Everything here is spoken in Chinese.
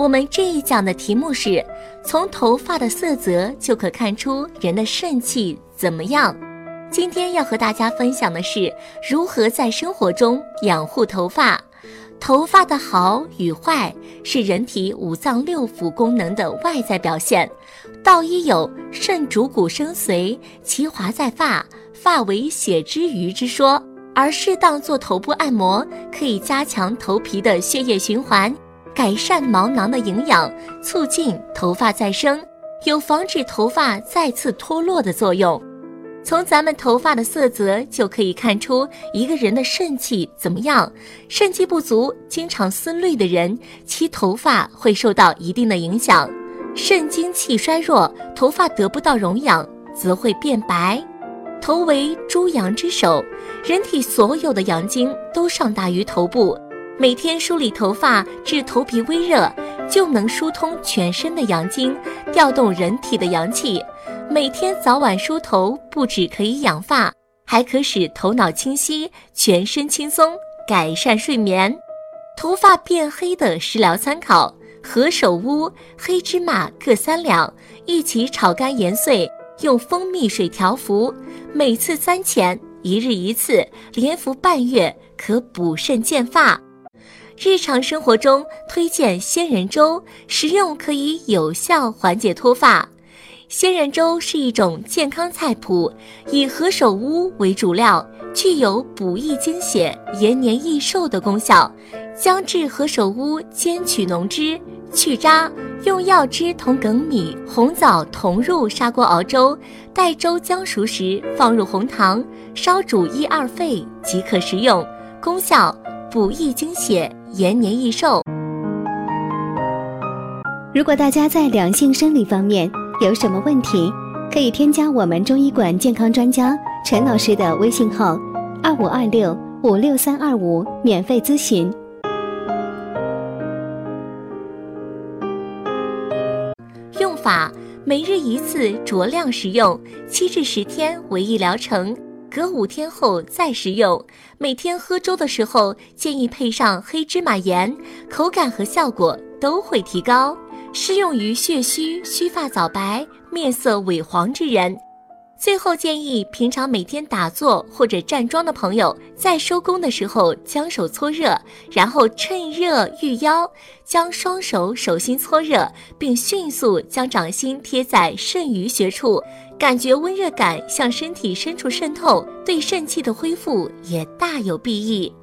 我们这一讲的题目是从头发的色泽就可看出人的肾气怎么样。今天要和大家分享的是如何在生活中养护头发。头发的好与坏是人体五脏六腑功能的外在表现。道医有肾主骨生髓，其华在发，发为血之余之说，而适当做头部按摩可以加强头皮的血液循环，改善毛囊的营养，促进头发再生，有防止头发再次脱落的作用。从咱们头发的色泽就可以看出一个人的肾气怎么样。肾气不足，经常思虑的人，其头发会受到一定的影响。肾精气衰弱，头发得不到容养，则会变白。头为诸阳之首，人体所有的阳经都上达于头部。每天梳理头发至头皮微热，就能疏通全身的阳经，调动人体的阳气。每天早晚梳头，不只可以养发，还可使头脑清晰，全身轻松，改善睡眠。头发变黑的食疗参考：何首乌、黑芝麻各3两，一起炒干研碎，用蜂蜜水调服，每次3钱，1日1次，连服半月，可补肾健发。日常生活中推荐仙人粥，食用可以有效缓解脱发。仙人粥是一种健康菜谱，以何首乌为主料，具有补益精血、延年益寿的功效。将制何首乌煎取浓汁，去渣，用药汁同粳米、红枣同入砂锅熬粥，待粥将熟时放入红糖，烧煮1-2沸即可食用。功效：补益精血，延年益寿。 如果大家在两性生理方面有什么问题，可以添加我们中医馆健康专家陈老师的微信号2526-56325免费咨询。 用法：每日1次酌量食用，7至10天为一疗程，隔5天后再食用。每天喝粥的时候建议配上黑芝麻盐，口感和效果都会提高。适用于血虚、须发早白、面色萎黄之人。最后建议平常每天打坐或者站桩的朋友，在收工的时候将手搓热，然后趁热御腰，将双手手心搓热，并迅速将掌心贴在肾俞穴处，感觉温热感向身体深处渗透，对肾气的恢复也大有裨益。